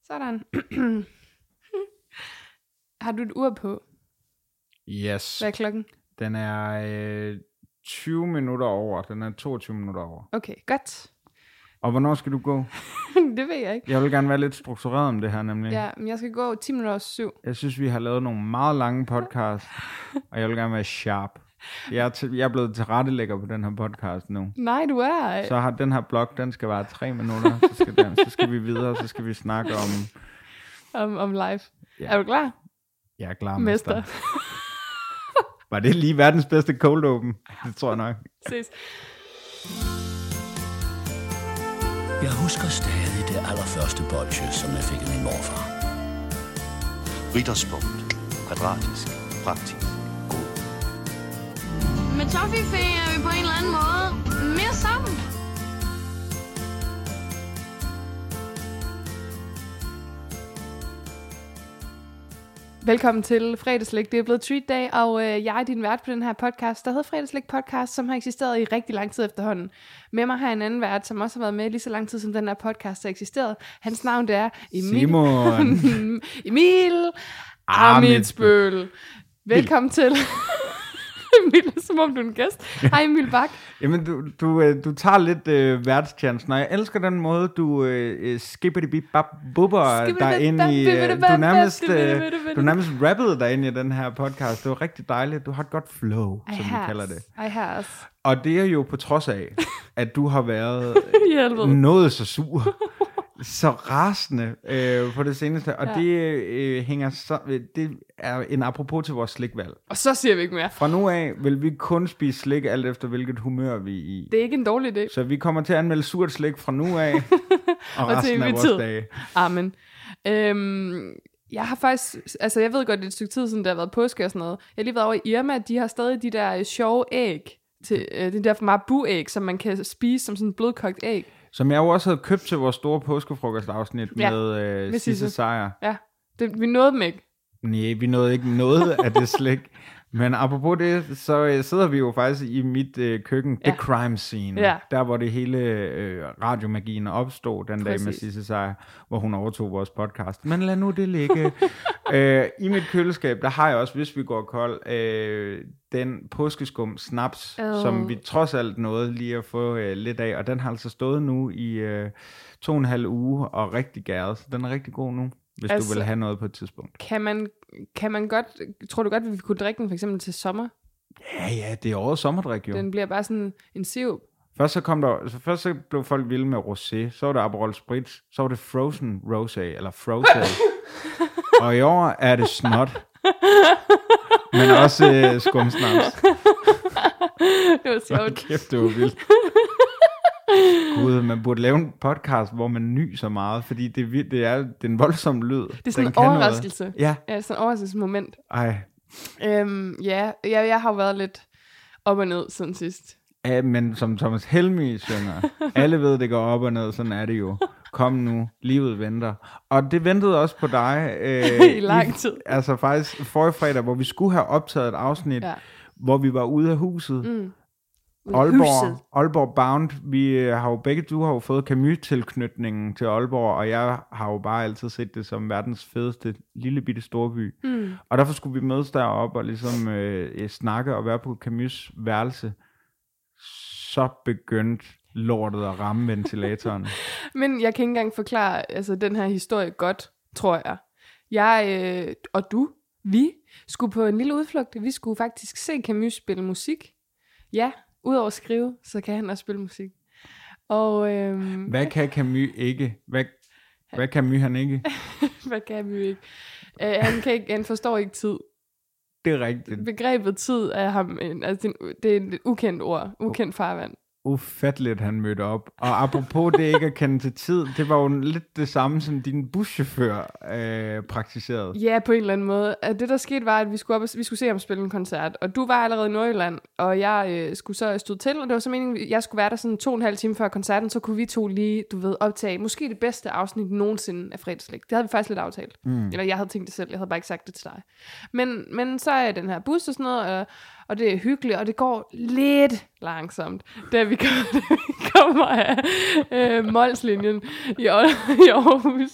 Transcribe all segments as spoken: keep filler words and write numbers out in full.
Sådan. Har du et ur på? Yes. Hvad er klokken? Den er øh, tyve minutter over. Den er toogtyve minutter over. Okay, godt. Og hvornår skal du gå? Det ved jeg ikke. Jeg vil gerne være lidt struktureret om det her, nemlig. Ja, men jeg skal gå ti minutter over syv. Jeg synes, vi har lavet nogle meget lange podcasts, og jeg vil gerne være sharp. Jeg er, til, jeg er blevet tilrettelægger på den her podcast nu. Nej, du er. Så har den her blog, den skal være tre minutter, så skal, den, så skal vi videre, så skal vi snakke om... Om, om live. Ja. Er du klar? Jeg er klar, Mester. mester. Var det lige verdens bedste cold open? Det tror jeg nok. Ses. Jeg husker stadig det allerførste bolsje, som jeg fik af min morfar. Ritterspunkt. Kvadratisk. Praktisk. God. Med Toffifee er vi på en eller anden måde mere sammen. Velkommen til Fredagslæg. Det er blevet treat day, og øh, jeg er din vært på den her podcast, der hedder Fredagslæg Podcast, som har eksisteret i rigtig lang tid efterhånden. Med mig har jeg en anden vært, som også har været med lige så lang tid, som den her podcast har eksisteret. Hans navn det er Emil. Simon. Emil Amitsbøl. Velkommen til. Emil, som om du er en gæst. Hej Emil Bak. Jamen, du, du, du tager lidt øh, værtschancen, og jeg elsker den måde, du øh, skibbidi-bib-bab-bubber dig ind i... Øh, du nærmest, øh, du nærmest rappede dig ind i den her podcast. Det var rigtig dejligt. Du har et godt flow, I som has. vi kalder det. I has. Og det er jo på trods af, at du har været Helvede. noget så sur, så rasende øh, på det seneste. Og Ja. det øh, hænger så, det er en apropos til vores slikvalg. Og så siger vi ikke mere. Fra nu af vil vi kun spise slik, alt efter hvilket humør vi er i. Det er ikke en dårlig idé. Så vi kommer til at anmelde surt slik fra nu af, og Og til resten af evig vores tid. dage. Amen. Øhm, jeg har faktisk, altså jeg ved godt, det er et stykke tid siden, der har været påske og sådan noget. Jeg har lige været over i Irma, de har stadig de der øh, sjove æg, til, øh, det der marabu-æg, som man kan spise som sådan en blødkogt æg. Som jeg jo også havde købt til vores store påskefrokostafsnit Ja, med øh, med Sisse Sisse. Sejr. Ja, det, vi nåede dem ikke. Nej, vi nåede ikke noget af det slik. Men apropos det, så øh, sidder vi jo faktisk i mit øh, køkken, Ja. The Crime Scene. Ja. Der, hvor det hele øh, radiomagien opstod den dag med Præcis. Sisse Sejr, hvor hun overtog vores podcast. Men lad nu det ligge. øh, I mit køleskab, der har jeg også, hvis vi går kold, øh, den påskeskum snaps, Oh. som vi trods alt nåede lige at få øh, lidt af. Og den har altså stået nu i øh, to og en halv uge og rigtig gæret. Så den er rigtig god nu, hvis altså, Altså- du vil have noget på et tidspunkt. Kan man, kan man godt, tror du godt, at vi kunne drikke den for eksempel til sommer? Ja, ja, det er årets sommerdrik jo. Den bliver bare sådan en sirup. Først så kom der, så først så blev folk vilde med rosé, så var det Aperol Spritz, så var det Frozen Rosé, eller Frosé. Og i år er det snot. Men også øh, skumsnaps. Det var Hold sjovt. kæft, det var vildt. Gud, man burde lave en podcast, hvor man nyser meget, fordi det, er vir- det, er, det er en voldsom lyd. Det er sådan Den en kan noget. overraskelse. Ja, Ja, sådan en overraskelsesmoment. ej. Øhm, ja, jeg, jeg har jo været lidt op og ned siden sidst. Ja, men som Thomas Helmig synger, alle ved, det går op og ned, sådan er det jo. Kom nu, livet venter. Og det ventede også på dig. Øh, I lang tid. Altså faktisk forrige fredag, hvor vi skulle have optaget et afsnit, Ja. ja. hvor vi var ude af huset. Mm. Aalborg, Aalborg Bound, vi øh, har jo begge, du har jo fået Camus-tilknytningen til Aalborg, og jeg har jo bare altid set det som verdens fedeste lille bitte storby. Mm. Og derfor skulle vi mødes deroppe og ligesom øh, snakke og være på Camus' værelse. Så begyndte lortet at ramme ventilatoren. Men jeg kan ikke engang forklare altså, den her historie godt, tror jeg. Jeg øh, og du, vi, skulle på en lille udflugt. Vi skulle faktisk se Camus spille musik. Ja, udover at skrive, så kan han også spille musik. Og øh, Hvad kan Camus ikke? Hvad, hvad kan Camus han ikke? hvad kan Camus ikke? Øh, han, kan ikke? Han forstår ikke tid. Det er rigtigt. Begrebet tid er ham, en, altså, det er en- det er et ukendt ord, ukendt farvand. Ufatteligt, han mødte op. Og apropos det ikke at kende til tid, det var jo lidt det samme, som din buschauffør øh, praktiserede. Ja, på en eller anden måde. At det, der skete, var, at vi skulle, op, og- vi skulle se ham spille en koncert. Og du var allerede i Nordjylland, og jeg øh, skulle så stå til. Og det var så meningen, at jeg skulle være der sådan to og en halv time før koncerten. Så kunne vi to lige, du ved, optage måske det bedste afsnit nogensinde af Fredagslæg. Det havde vi faktisk lidt aftalt. Mm. Eller jeg havde tænkt det selv, jeg havde bare ikke sagt det til dig. Men, men så er den her bus og sådan noget, og, og det er hyggeligt, og det går lidt langsomt, da vi kommer, da vi kommer af øh, Molslinjen i, Aar- i Aarhus. Fordi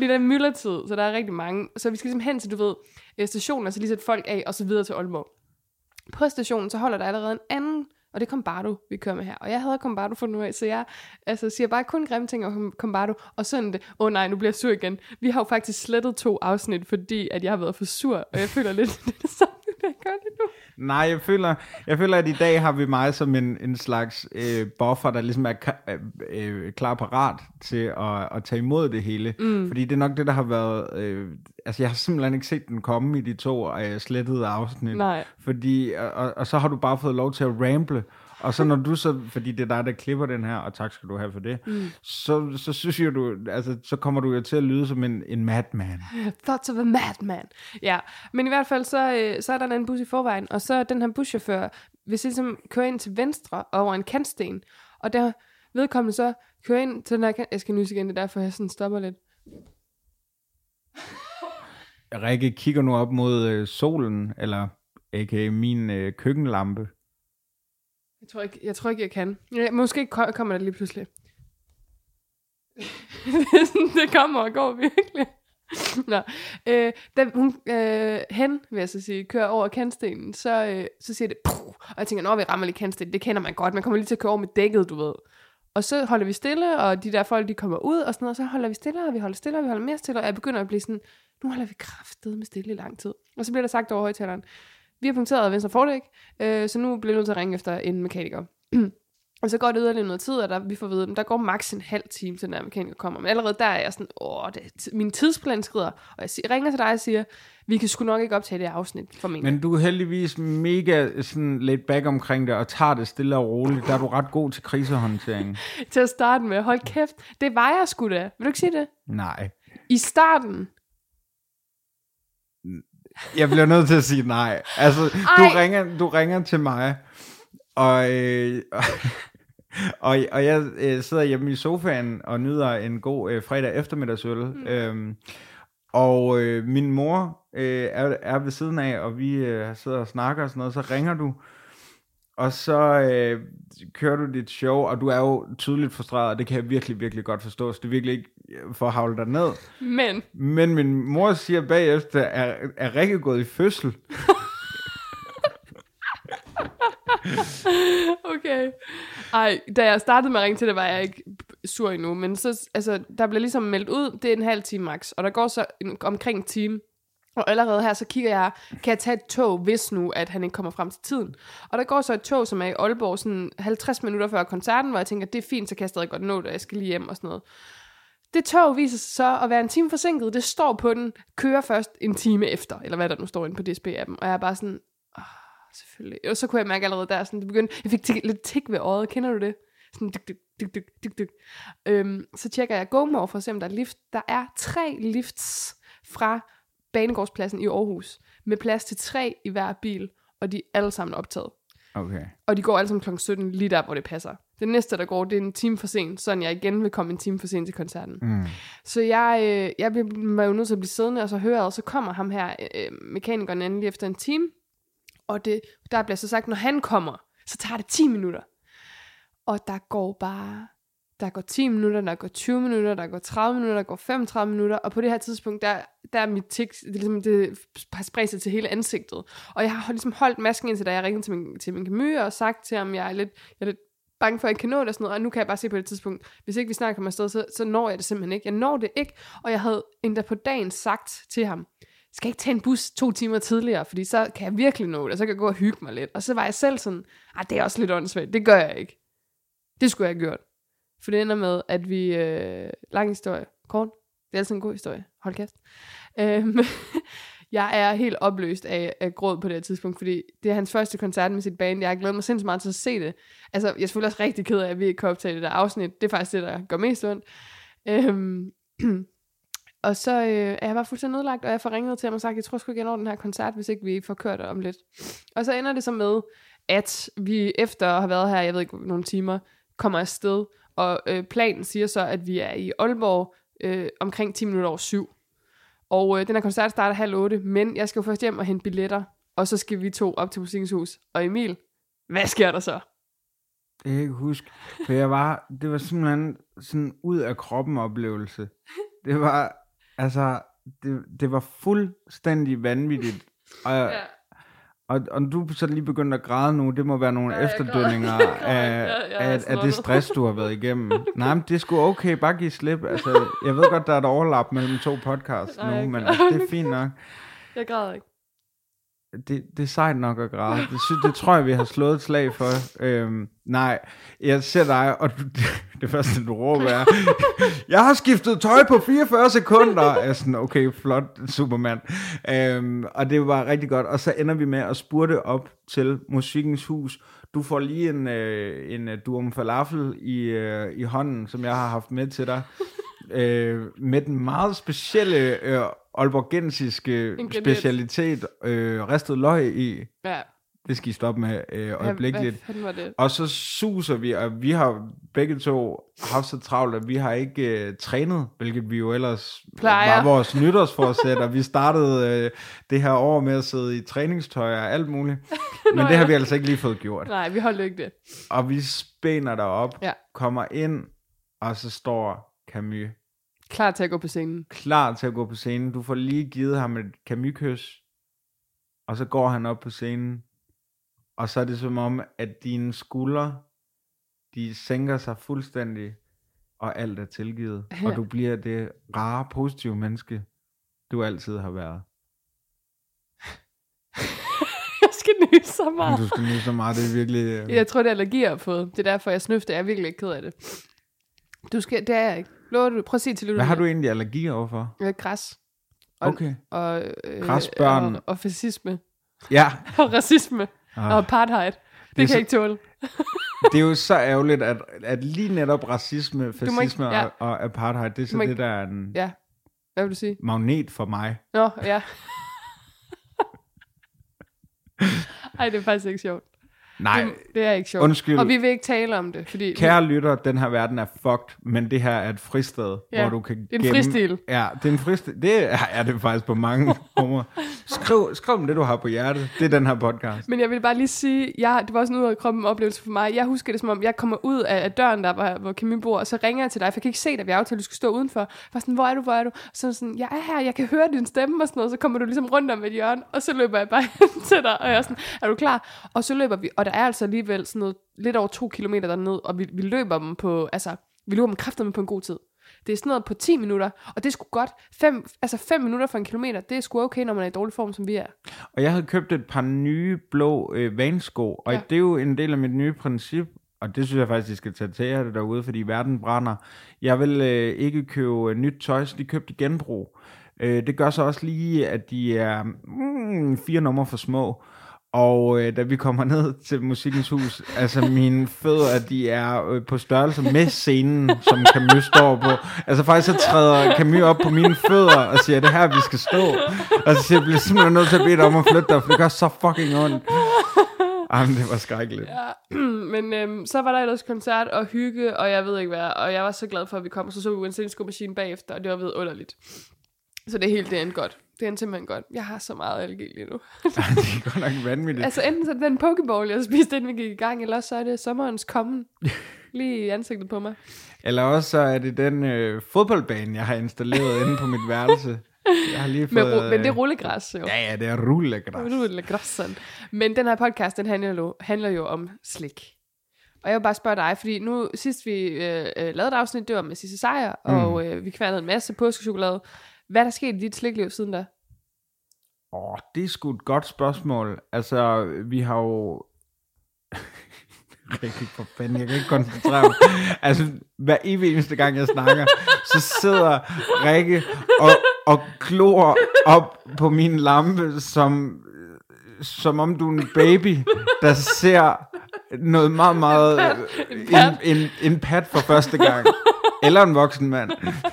Fordi der er myldretid, så der er rigtig mange. Så vi skal ligesom hen til, du ved, stationen, og så lige sætte folk af, og så videre til Aalborg. På stationen, så holder der allerede en anden, og det er Combardo, vi kører med her. Og jeg havde Combardo for nu af, så jeg altså, siger bare kun grimme ting om Combardo. Og sådan det, åh oh, nej, nu bliver jeg sur igen. Vi har jo faktisk slettet to afsnit, fordi at jeg har været for sur, og jeg føler lidt, det er det samme, jeg gør det nu. Nej, jeg føler, jeg føler, at i dag har vi mig som en, en slags øh, buffer, der ligesom er ka- øh, klar parat til at, at tage imod det hele. Mm. Fordi det er nok det, der har været... Øh, altså, jeg har simpelthen ikke set den komme i de to øh, slettede afsnit. Nej. Fordi, og, og så har du bare fået lov til at ramble. Og så når du så, fordi det er dig, der klipper den her, og tak skal du have for det, mm. så, så synes jeg, du, altså, så kommer du jo til at lyde som en, en madman. Thoughts of a madman. Ja, men i hvert fald, så, øh, så er der en anden bus i forvejen, og så den her buschauffør, hvis ligesom kører ind til venstre over en kantsten, og der vedkommende så kører ind til den her kant... Jeg skal nyse igen, det er derfor, jeg sådan stopper lidt. Rikke kigger nu op mod øh, solen, eller a k a min øh, køkkenlampe. Jeg tror ikke, jeg, tror ikke, jeg kan. Ja, måske kommer det lige pludselig. Det kommer og går virkelig. Nå, øh, da hun øh, hen, vil jeg så sige, kører over kantstenen, så, øh, så siger det, puh, og jeg tænker, når vi rammer lige kantstenen, det kender man godt, man kommer lige til at køre over med dækket, du ved. Og så holder vi stille, og de der folk, de kommer ud, og sådan noget, og så holder vi stille, og vi holder stille, og vi holder mere stille, og jeg begynder at blive sådan, nu holder vi kraftedeme med stille i lang tid. Og så bliver der sagt over højtaleren, vi har punkteret venstre fordæk, øh, så nu bliver jeg nødt til at ringe efter en mekaniker. Og så går det yderligere noget tid, og der, vi får at vide, der går maks en halv time, til den her mekaniker kommer. Men allerede der er jeg sådan, åh, det, min tidsplan skrider. Og jeg siger, ringer til dig og siger, vi kan sgu nok ikke optage det afsnit for mig. Men du er heldigvis mega sådan laid back omkring det, og tager det stille og roligt. Der er du ret god til krisehåndtering. Til at starte med, hold kæft, det var jeg sgu da. Vil du ikke sige det? Nej. I starten... Jeg bliver nødt til at sige nej. Altså, du ringer, du ringer til mig, og, øh, og, og jeg øh, sidder hjemme i sofaen og nyder en god øh, fredag eftermiddagsøl. Mm. Øhm, og øh, min mor øh, er, er ved siden af, og vi øh, sidder og snakker og sådan noget. Så ringer du, og så øh, kører du dit show, og du er jo tydeligt frustreret, og det kan jeg virkelig, virkelig godt forstå. Så det er virkelig ikke for at havle dig ned. Men. Men min mor siger bagefter, er, er Rikke gået i fødsel? Okay. Ej, da jeg startede med at ringe til det, var jeg ikke sur endnu. Men så, altså, der bliver ligesom meldt ud, det er en halv time max. Og der går så en, omkring en time. Og allerede her, så kigger jeg, kan jeg tage et tog, hvis nu, at han ikke kommer frem til tiden. Og der går så et tog, som er i Aalborg, sådan halvtreds minutter før koncerten, hvor jeg tænker, det er fint, så kan jeg stadig godt nå det, og jeg skal lige hjem og sådan noget. Det tog viser sig så at være en time forsinket. Det står på den, kører først en time efter, eller hvad der nu står inde på D S B-appen. Og jeg er bare sådan, åh, selvfølgelig. Og så kunne jeg mærke allerede der, sådan, det begyndte, jeg fik t- lidt tik ved øjet, kender du det? Sådan, dyk, dyk, dyk, dyk, dyk, dyk. Øhm, så tjekker jeg GoMore for at se, om der er lift. Der er tre lifts fra Banegårdspladsen i Aarhus, med plads til tre i hver bil, og de er alle sammen optaget. Okay. Og de går alle sammen klokken sytten, lige der, hvor det passer. Det næste, der går, det er en time for sent, sådan jeg igen vil komme en time for sent til koncerten. Mm. Så jeg, øh, jeg bliver jo nødt til at blive siddende, og så hører jeg, og så kommer ham her, øh, mekanikeren endelig efter en time, og det, der bliver så sagt, når han kommer, så tager det ti minutter. Og der går bare... Der går ti minutter, der går tyve minutter, der går tredive minutter, der går femogtredive minutter, og på det her tidspunkt, der, der er mit tics, det, ligesom, det har spredt sig til hele ansigtet. Og jeg har ligesom holdt masken indtil, da jeg ringede til min, til min Camus og sagt til ham, jeg er lidt, jeg er lidt bange for, at jeg kan nå det og sådan noget, og nu kan jeg bare se på det tidspunkt, hvis ikke vi snakker om afsted, så, så når jeg det simpelthen ikke. Jeg når det ikke, og jeg havde endda på dagen sagt til ham, skal jeg ikke tage en bus to timer tidligere, fordi så kan jeg virkelig nå det, og så kan jeg gå og hygge mig lidt. Og så var jeg selv sådan, ah, det er også lidt åndssvagt, det gør jeg ikke. Det skulle jeg have gjort. For det ender med, at vi... Øh, lang historie. Kort. Det er altså en god historie. Hold kæft. Øhm, jeg er helt opløst af, af gråd på det her tidspunkt, fordi det er hans første koncert med sit band. Jeg har glædet mig sindssygt meget til at se det. Altså, jeg er selvfølgelig også rigtig ked af, at vi ikke kan optage det der afsnit. Det er faktisk det, der gør mest ondt. Øhm, og så øh, er jeg bare fuldstændig nedlagt, og jeg får ringet til ham og sagt, jeg tror sgu ikke, jeg når den her koncert, hvis ikke vi får kørt om lidt. Og så ender det så med, at vi efter at have været her, jeg ved ikke, nogle timer, kommer afsted. Og øh, planen siger så, at vi er i Aalborg øh, omkring ti minutter over syv. Og øh, den her koncert starter halv otte, men jeg skal jo først hjem og hente billetter, og så skal vi to op til Musikens Hus. Og Emil, hvad sker der så? Det kan jeg ikke huske, for jeg var, det var simpelthen sådan ud af kroppen oplevelse. Det var, Altså, det, det var fuldstændig vanvittigt. Og, ja. og, og du så lige begyndt at græde nu, det må være nogle ja, efterdønninger af, af, af det stress, du har været igennem. Nej, men det er sgu okay, bare give slip. Altså, jeg ved godt, der er et overlap mellem to podcasts Nej, nu, men altså, det er fint nok. Jeg græder ikke. Det, det er sejt nok at græde. Det, det tror jeg, vi har slået et slag for. Øhm, nej, jeg ser dig, og du, det første, du råber er, jeg har skiftet tøj på fireogfyrre sekunder. Jeg er sådan, okay, flot, Superman. Øhm, og det var rigtig godt. Og så ender vi med at spurte op til Musikkens Hus. Du får lige en, øh, en durum falafel i, øh, i hånden, som jeg har haft med til dig. Øh, med den meget specielle øh, aalborgensiske specialitet, øh, ristet løg i. Ja. Det skal I stoppe med øh, øjeblikkeligt. Ja, hvad det? Og så suser vi, og vi har begge to haft så travlt, at vi har ikke øh, trænet, hvilket vi jo ellers Plejer. var vores nytårsforsæt, og vi startede øh, det her år med at sidde i træningstøj og alt muligt. Men Nå, det har vi altså ikke lige fået gjort. Nej, vi holdt ikke det. Og vi spænder derop, ja. kommer ind, og så står Camus. Klar til at gå på scenen. Klar til at gå på scenen. Du får lige givet ham et Camus-kys, og så går han op på scenen, og så er det som om, at dine skuldre, de sænker sig fuldstændig, og alt er tilgivet. Ja. Og du bliver det rare, positive menneske, du altid har været. Jeg skal nyse så meget. Du skal nyse så meget, det er virkelig... Øh... Jeg tror, det er allergi, jeg har fået. Det er derfor, jeg snøfter. Jeg er virkelig ikke ked af det. Du skal, det er jeg ikke. Lover du? Prøv at sige til lytterne. Hvad har du egentlig allergi overfor? Ja, græs. Og, okay. Og, øh, Græsbørn. Og, og fascisme. Ja. Og racisme. Ah. Og apartheid. Det, det kan så, jeg ikke tåle. Det er jo så ærgerligt, at, at lige netop racisme, fascisme ikke, ja. og, og apartheid, det er så det, ikke, der er en ja. Hvad vil du sige? magnet for mig. Nå, ja. Ej, det er faktisk ikke sjovt. Nej, det, det er ikke sjovt. Undskyld. Og vi vil ikke tale om det, fordi... Kære lytter, den her verden er fucked, men det her er et fristed, ja, hvor du kan det er en fristil. Ja, det er en fristil. Det er, er det faktisk på mange måder. Skriv, skriv om det, du har på hjertet. Det er den her podcast. Men jeg vil bare lige sige, jeg, det var sådan ud af kroppen oplevelse for mig. Jeg husker det som om, jeg kommer ud af, af døren, der var, hvor Camille bor, og så ringer jeg til dig, for jeg kan ikke se dig, vi aftalte, du skulle stå udenfor. Jeg var sådan, hvor er du, hvor er du? Og så sådan, jeg er her, jeg kan høre din stemme og sådan noget. Så kommer du ligesom rundt om et hjørne, og så løber jeg bare hen til dig, og jeg er sådan, er du klar? Og så løber vi, og der er altså alligevel sådan noget, lidt over to kilometer derned, og vi, vi løber dem på, altså, vi løber dem kræfterne på en god tid. Det er sådan noget på ti minutter, og det er sgu godt. Fem, altså fem minutter for en kilometer, det er sgu okay, når man er i dårlig form, som vi er. Og jeg havde købt et par nye blå øh, vansko, og ja. det er jo en del af mit nye princip, og det synes jeg faktisk, I skal tage til jer det derude, fordi verden brænder. Jeg vil øh, ikke købe øh, nyt tøj, så de købte genbrug. Øh, det gør så også lige, at de er mm, fire numre for små. Og øh, da vi kommer ned til Musikkens Hus, altså mine fødder, de er øh, på størrelse med scenen, som Camus står på. Altså faktisk så træder Camus op på mine fødder og siger, det her, vi skal stå. Og så siger jeg, bliver simpelthen nødt til at bede dig om at flytte dig, for det gør så fucking ondt. Jamen, det var skrækkeligt. Ja, men øhm, så var der ellers koncert og hygge, og jeg ved ikke hvad, og jeg var så glad for, at vi kom, og så så vi Wednesday Disco Machine bagefter, og det var vidunderligt. Så det hele, det endte godt. Det endte simpelthen godt. Jeg har så meget allergi lige nu. Det er godt nok vanvittigt. Altså enten så er det den pokeball, jeg spiste, inden vi gik i gang, eller så er det sommerens kommen lige i ansigtet på mig. Eller også så er det den øh, fodboldbane, jeg har installeret inde på mit værelse. Jeg har lige fået, men, men det er rullegræs, jo. Ja, ja, det er rullegræs. Rullegræs. Men den her podcast, den handler jo, handler jo om slik. Og jeg vil bare spørge dig, fordi nu sidst vi øh, lavede et afsnit, det var med Sisse Sejer, mm. og øh, vi kværnede en masse påskechokolade. Hvad er der sket i dit slikliv siden da? Åh, oh, det er sgu et godt spørgsmål. Altså, vi har jo... Rigtig for fanden, jeg kan ikke koncentrere mig. Altså, hver evig eneste gang, jeg snakker, så sidder Rikke og, og glor op på min lampe, som, som om du er en baby, der ser noget meget, meget... En pat, en, en, en pat for første gang. Eller en voksen mand.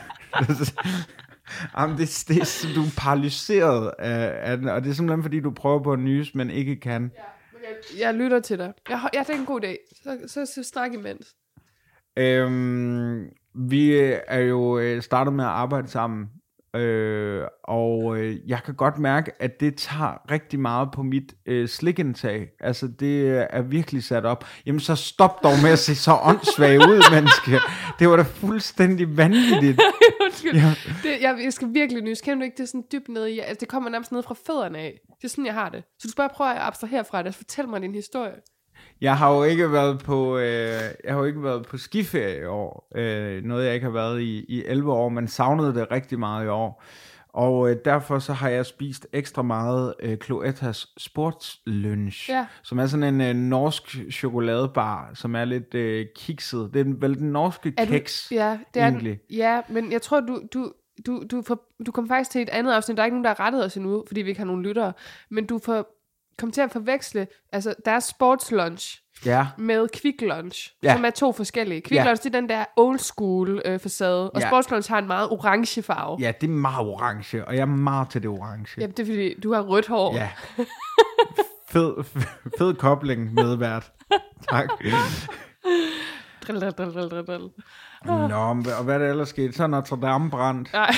Jamen, det, det, du er paralyseret af, af den, og det er simpelthen fordi, du prøver på at nyse, men ikke kan. Ja, jeg, jeg lytter til dig. Jeg, jeg det er en god dag. Så, så, så stræk imens. Øhm, vi er jo startet med at arbejde sammen, øh, og øh, jeg kan godt mærke, at det tager rigtig meget på mit øh, slikindtag. Altså, det er virkelig sat op. Jamen, så stop dog med at se så åndssvag ud, menneske. Det var da fuldstændig vanvittigt. Undskyld. Ja. Det, jeg, jeg skal virkelig nys. Kender du ikke, det er sådan dybt nede i... Altså, det kommer nærmest ned fra fødderne af. Det er sådan, jeg har det. Så du skal bare prøve at abstrahere fra det. Fortæl mig din historie. Jeg har jo ikke været på, øh, jeg har jo ikke været på skiferie i år. Øh, noget, jeg ikke har været i, i elleve år, men savnede det rigtig meget i år. Og øh, derfor så har jeg spist ekstra meget øh, Cloettas sportslunch, ja. som er sådan en øh, norsk chokoladebar, som er lidt øh, kikset. Det er vel den norske er kiks, du, ja, det er egentlig. Den, ja, men jeg tror, du, du, du, du, får, du kom faktisk til et andet afsnit. Der er ikke nogen, der har rettet os endnu, fordi vi ikke har nogen lyttere. Men du får kom til at forveksle, altså deres sportslunch ja. med Quick Lunch, ja. som er to forskellige. Quick ja. Lunch, det er den der old school øh, facade, og ja. sportslunch har en meget orange farve. Ja, det er meget orange, og jeg er meget til det orange. Ja, det er fordi, du har rødt hår. Ja. Fed, fed kobling med vært. Tak. Drill, drill, drill, drill, drill. Nå, og hvad er det ellers sket? Så er Notre Dame brændt. Nej.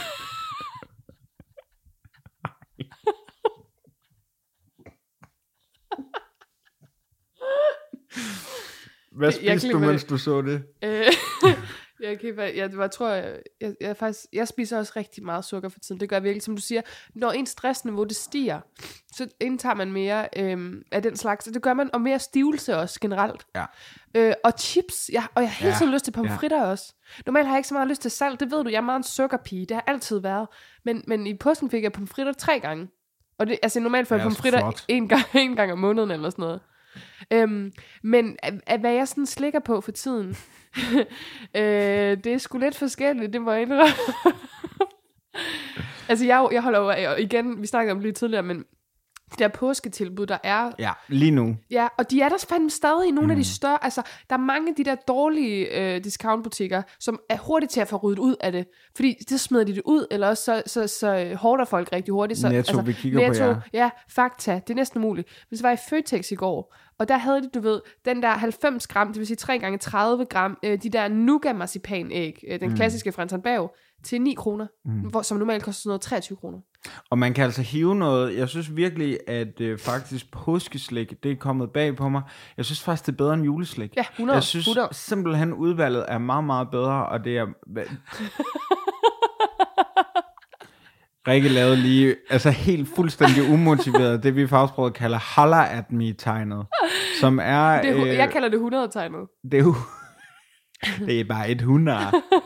Hvad spiste du, mens du så det? jeg, kan, jeg, jeg, jeg tror, jeg, jeg, jeg, faktisk, jeg spiser også rigtig meget sukker for tiden. Det gør jeg virkelig, som du siger. Når ens stressniveau det stiger, så indtager man mere øhm, af den slags. Det gør man, og mere stivelse også generelt. Ja. Øh, og chips, ja, og jeg har hele tiden ja. lyst til pomfritter ja. også. Normalt har jeg ikke så meget lyst til salt, det ved du. Jeg er meget en sukkerpige, det har altid været. Men, men i påsken fik jeg pomfritter tre gange. Og det, altså normalt får jeg pomfritter en gang, en gang om måneden eller sådan noget. Øhm, men at, at hvad jeg sådan slikker på for tiden øh, det er sgu lidt forskelligt. Det må jeg indrømme. Altså jeg, jeg holder jo igen, vi snakkede om det lige tidligere, men de der påsketilbud der er ja, lige nu. Ja, og de er der fandme stadig i nogle mm. af de større. Altså der er mange af de der dårlige øh, discountbutikker, som er hurtigt til at få ryddet ud af det, fordi så smider de det ud, eller også så, så, så, så hårder folk rigtig hurtigt. Så, Netto, altså, vi kigger Netto, på jer. Ja, Fakta, det er næsten umuligt. Hvis jeg var i Føtex i går, og der havde de, du ved, den der halvfems gram, det vil sige tre gange tredive gram, øh, de der nougat marcipanæg, øh, den mm. klassiske Frans Berg, til ni kroner, mm. hvor, som normalt koster sådan noget treogtyve kroner. Og man kan altså hive noget. Jeg synes virkelig, at øh, faktisk påskeslik, det er kommet bag på mig. Jeg synes faktisk, det er bedre end juleslik. Ja, hundrede. Jeg synes hundrede. Simpelthen udvalget er meget, meget bedre, og det er... Rikke lavede lige, altså helt fuldstændig umotiveret, det vi i fagsproget kalder holler at me-tegnet, som er... Det er, øh, jeg kalder det hundrede-tegnet. Det er jo... det er bare et hundrede.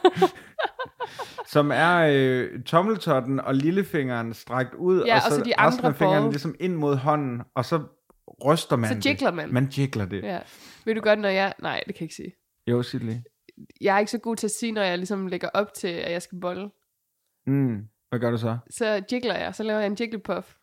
Som er øh, tommeltotten og lillefingeren strakt ud, ja, og så, og så de resten andre af fingeren ligesom ind mod hånden, og så ryster man Så jigler man. det. Man jigler det. Ja. Vil du gøre det, når jeg... Nej, det kan jeg ikke sige. Jo, sig lige. Jeg er ikke så god til at sige, når jeg ligesom lægger op til, at jeg skal bolle. Mm. Hvad gør du så? Så jigler jeg, så laver jeg en jigglepuff.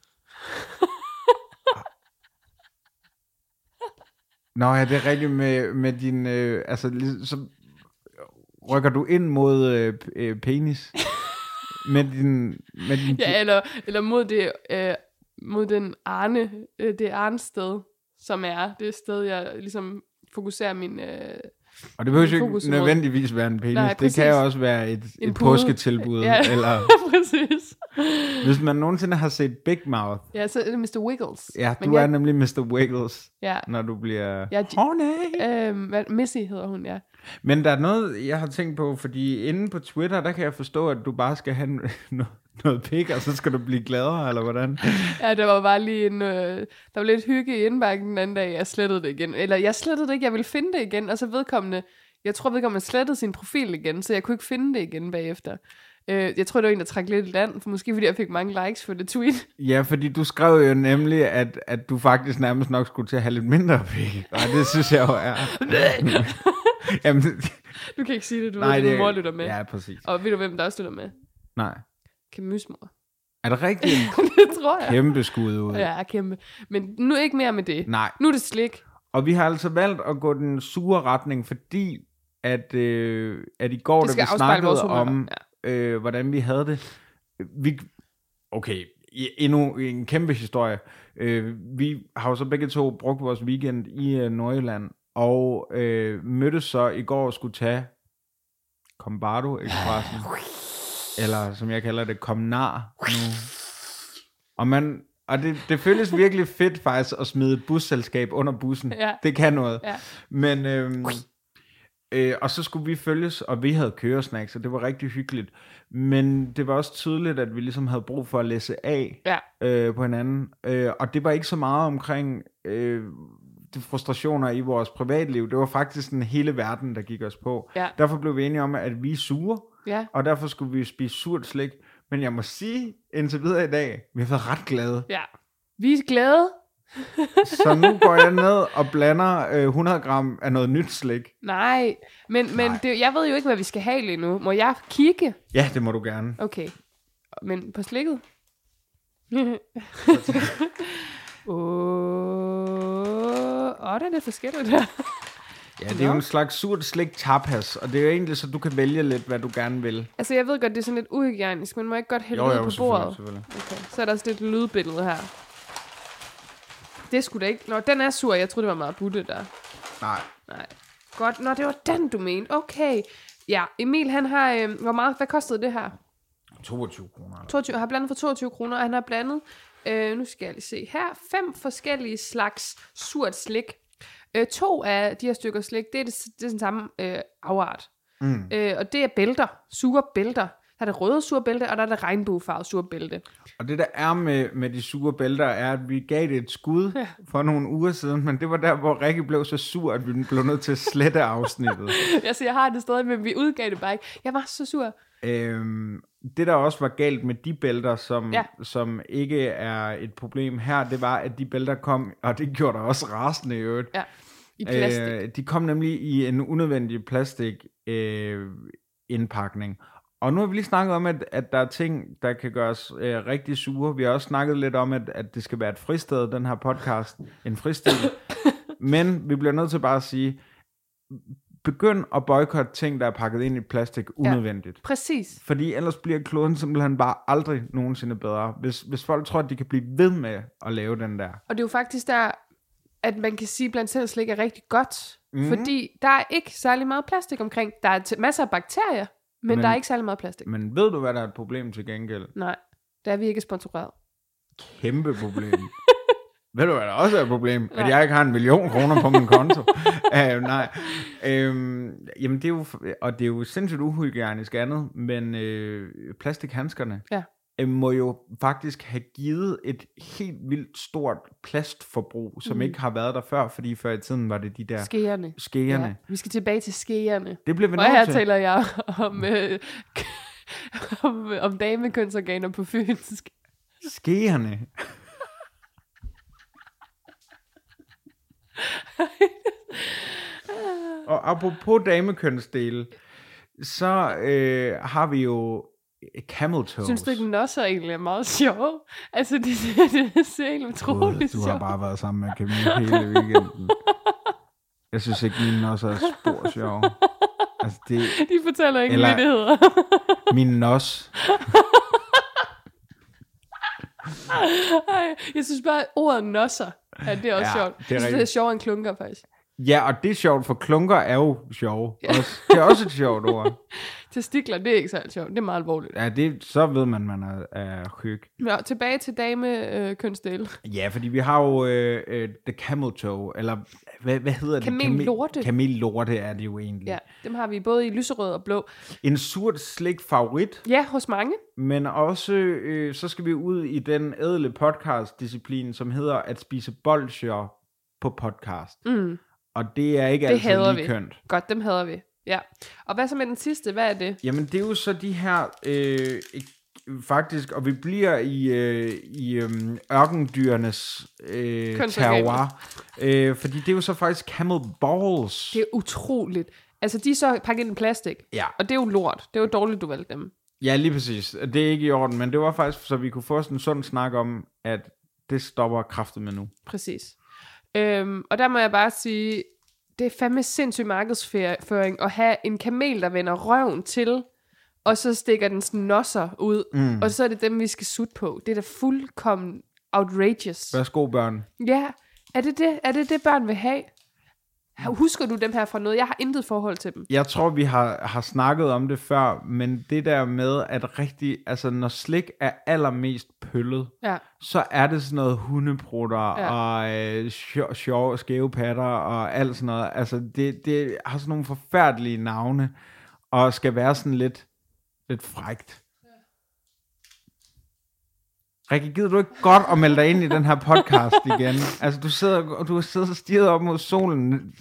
Nå ja, det er rigtigt med, med din... Øh, altså, så rykker du ind mod øh, øh, penis. med din... Med din ja, eller, eller mod det... Øh, mod den Arne... Øh, det Arne sted, som er det sted, jeg ligesom fokuserer min... Øh, Og det behøver jo ikke nødvendigvis være en penis. Nej, det kan jo også være et, et påsketilbud. Ja, eller, præcis. Hvis man nogensinde har set Big Mouth. Ja, så er det mister Wiggles. Ja, du Men er jeg, nemlig mister Wiggles, ja. når du bliver... Ja, Åh, nej! Øh, Missy hedder hun, ja. Men der er noget, jeg har tænkt på, fordi inde på Twitter, der kan jeg forstå, at du bare skal have noget, noget pik, og så skal du blive gladere, eller hvordan? Ja, der var bare lige en... Øh, der var lidt hygge i indbakken den anden dag, jeg slettede det igen. Eller jeg slettede det ikke, jeg ville finde det igen, og så vedkommende... Jeg tror, vedkommende slettede sin profil igen, så jeg kunne ikke finde det igen bagefter. Øh, jeg tror, det var en, der trak lidt i land, for måske fordi jeg fik mange likes for det tweet. Ja, fordi du skrev jo nemlig, at, at du faktisk nærmest nok skulle til at have lidt mindre pik. Og det synes jeg jo er... Jamen, du kan ikke sige det, du nej, ved, det, din mor lytter med. Ja, præcis. Og ved du, hvem der også lytter med? Nej. Camus' mor. Er det rigtigt? Det tror jeg. Kæmpe skud ud. Ja, kæmpe. Men nu ikke mere med det. Nej. Nu er det slik. Og vi har altså valgt at gå den sure retning, fordi at, øh, at i går, da vi snakkede om, ja. øh, hvordan vi havde det, vi, okay, endnu en kæmpe historie. Øh, vi har jo så begge to brugt vores weekend i øh, Nordjylland, og øh, mødtes så i går og skulle tage Kombardo-ekspressen, eller som jeg kalder det, Komnar nu. Og man... Og det, det føles virkelig fedt faktisk at smide et busselskab under bussen. Ja. Det kan noget. Ja. Men øhm, Øh, og så skulle vi følges, og vi havde køresnacks, og det var rigtig hyggeligt. Men det var også tydeligt, at vi ligesom havde brug for at læse af ja. øh, på hinanden. Øh, og det var ikke så meget omkring øh, de frustrationer i vores privatliv. Det var faktisk den hele verden, der gik os på. Ja. Derfor blev vi enige om, at vi er sure, ja. og derfor skulle vi spise surt slik. Men jeg må sige, indtil videre i dag, vi har været ret glade. Ja. Vi er glade. Så nu går jeg ned og blander øh, hundrede gram af noget nyt slik. Nej, men, men Nej. Det, jeg ved jo ikke, hvad vi skal have lige nu. Må jeg kigge? Ja, det må du gerne. Okay. Men på slikket? Åh, oh, det er lidt forskelligt her. Ja, det er jo en slags surt slik tapas, og det er jo egentlig så, du kan vælge lidt, hvad du gerne vil. Altså, jeg ved godt, det er sådan lidt uhygienisk, men må jeg ikke godt hælde jo, ud jo, på selvfølgelig, bordet? selvfølgelig. Okay, så er der også lidt lydbillede her. Det skulle da ikke... Nå, den er sur. Jeg troede, det var meget butte der. Nej. Nej. Godt. Nå, det var den, du mente. Okay. Ja, Emil, han har... Øh, hvor meget... Hvad kostede det her? toogtyve kroner. toogtyve, har blandet for toogtyve kroner, og han har blandet... Øh, nu skal jeg lige se her. Fem forskellige slags surt slik. Øh, to af de her stykker slik, det er, det, det er den samme øh, afart. Mm. Øh, og det er bælter. Sure bælter. Der er det røde sure bælte, og der er det regnbuefarvede sure bælte. Og det der er med, med de sure bælter, er, at vi gav det et skud ja. for nogle uger siden, men det var der, hvor Rikke blev så sur, at vi blev nødt til at slette afsnittet. Altså, jeg har det stadig, men vi udgav det bare ikke. Jeg var så sur. Øhm, det, der også var galt med de bælter, som, ja. som ikke er et problem her, det var, at de bælter kom, og det gjorde der også rasende i øvrigt. Ja, i plastik. Øh, de kom nemlig i en unødvendig plastik øh, indpakning. Og nu har vi lige snakket om, at, at der er ting, der kan gøres øh, rigtig sure. Vi har også snakket lidt om, at, at det skal være et fristed, den her podcast. En fristed. Men vi bliver nødt til bare at sige, begynd at boykotte ting, der er pakket ind i plastik unødvendigt. Ja, præcis. Fordi ellers bliver kloden simpelthen bare aldrig nogensinde bedre. Hvis, hvis folk tror, at de kan blive ved med at lave den der. Og det er jo faktisk der, at man kan sige, at blandt selv slik er rigtig godt. Mm. Fordi der er ikke særlig meget plastik omkring. Der er t- masser af bakterier. Men, men der er ikke særlig meget plastik. Men ved du, hvad der er et problem til gengæld? Nej, der er vi ikke sponsoreret. Kæmpe problem. Ved du, hvad der også er et problem? Nej. At jeg ikke har en million kroner på min konto. uh, nej. Um, jamen, det er jo, og det er jo sindssygt uhygienisk andet, men uh, plastikhandskerne ja. uh, må jo faktisk have givet et helt vildt stort plastforbrug, som mm. ikke har været der før, fordi før i tiden var det de der... Skegerne. Skegerne. Ja. Vi skal tilbage til skegerne. Det bliver vi nødt til. Og her taler jeg om, øh, om, om damekønsorganer på fynsk. Skegerne. Og apropos damekønsdele, så øh, har vi jo camel toes. Synes du ikke, nosser egentlig er meget sjov? Altså, det, det, det ser egentlig utroligt sjovt. Du har bare været sammen med Camille hele weekenden. Jeg synes ikke, mine nosser er spor sjov. Altså, det, de fortæller ikke, hvad det hedder. Min nos. Ej, jeg synes bare, at ordet nosser, ja, det er også ja, sjovt. Det er jeg synes, det er sjovere end klunker, faktisk. Ja, og det er sjovt, for klunker er jo sjove. Ja. Også, det er også et sjovt ord. Testikler, det er ikke så sjovt. Det er meget alvorligt. Ja, det, så ved man, man er, er hyg. Ja, tilbage til dame-kønsdele. Øh, ja, fordi vi har jo øh, øh, the camel toe, eller hvad, hvad hedder det? Kamellorte. Kamellorte er det jo egentlig. Ja, dem har vi både i lyserød og blå. En surt slik favorit. Ja, hos mange. Men også, øh, så skal vi ud i den ædle podcast-disciplin, som hedder at spise bolsjer på podcast. Mm. Og det er ikke det altid lige kønt. Godt, dem hader vi. Ja. Og hvad så med den sidste? Hvad er det? Jamen, det er jo så de her, øh, faktisk, og vi bliver i, øh, i øh, ørkendyrenes øh, terroir. Øh, fordi det er jo så faktisk camel balls. Det er utroligt. Altså, de er så pakket ind i plastik. Ja. Og det er jo lort. Det er jo dårligt, du valgte dem. Ja, lige præcis. Det er ikke i orden, men det var faktisk, så vi kunne få sådan en sund snak om, at det stopper kraftet med nu. Præcis. Øhm, og der må jeg bare sige, det er fandme sindssyg markedsføring at have en kamel, der vender røven til, og så stikker den sådan nosser ud, mm. og så er det dem, vi skal sutte på. Det er da fuldkommen outrageous. Værsgo, børn. Ja, er det det, er det, det børn vil have? Husker du dem her fra noget? Jeg har intet forhold til dem. Jeg tror, vi har, har snakket om det før, men det der med, at rigtig, altså når slik er allermest pøllet, ja. så er det sådan noget hundeprutter ja. og øh, sjov, sjov, skæve patter og alt sådan noget. Altså det, det har sådan nogle forfærdelige navne, og skal være sådan lidt, lidt frækt. Rikke, gider du ikke godt at melde dig ind i den her podcast igen? Altså, du sidder, du sidder og stirret op mod solen.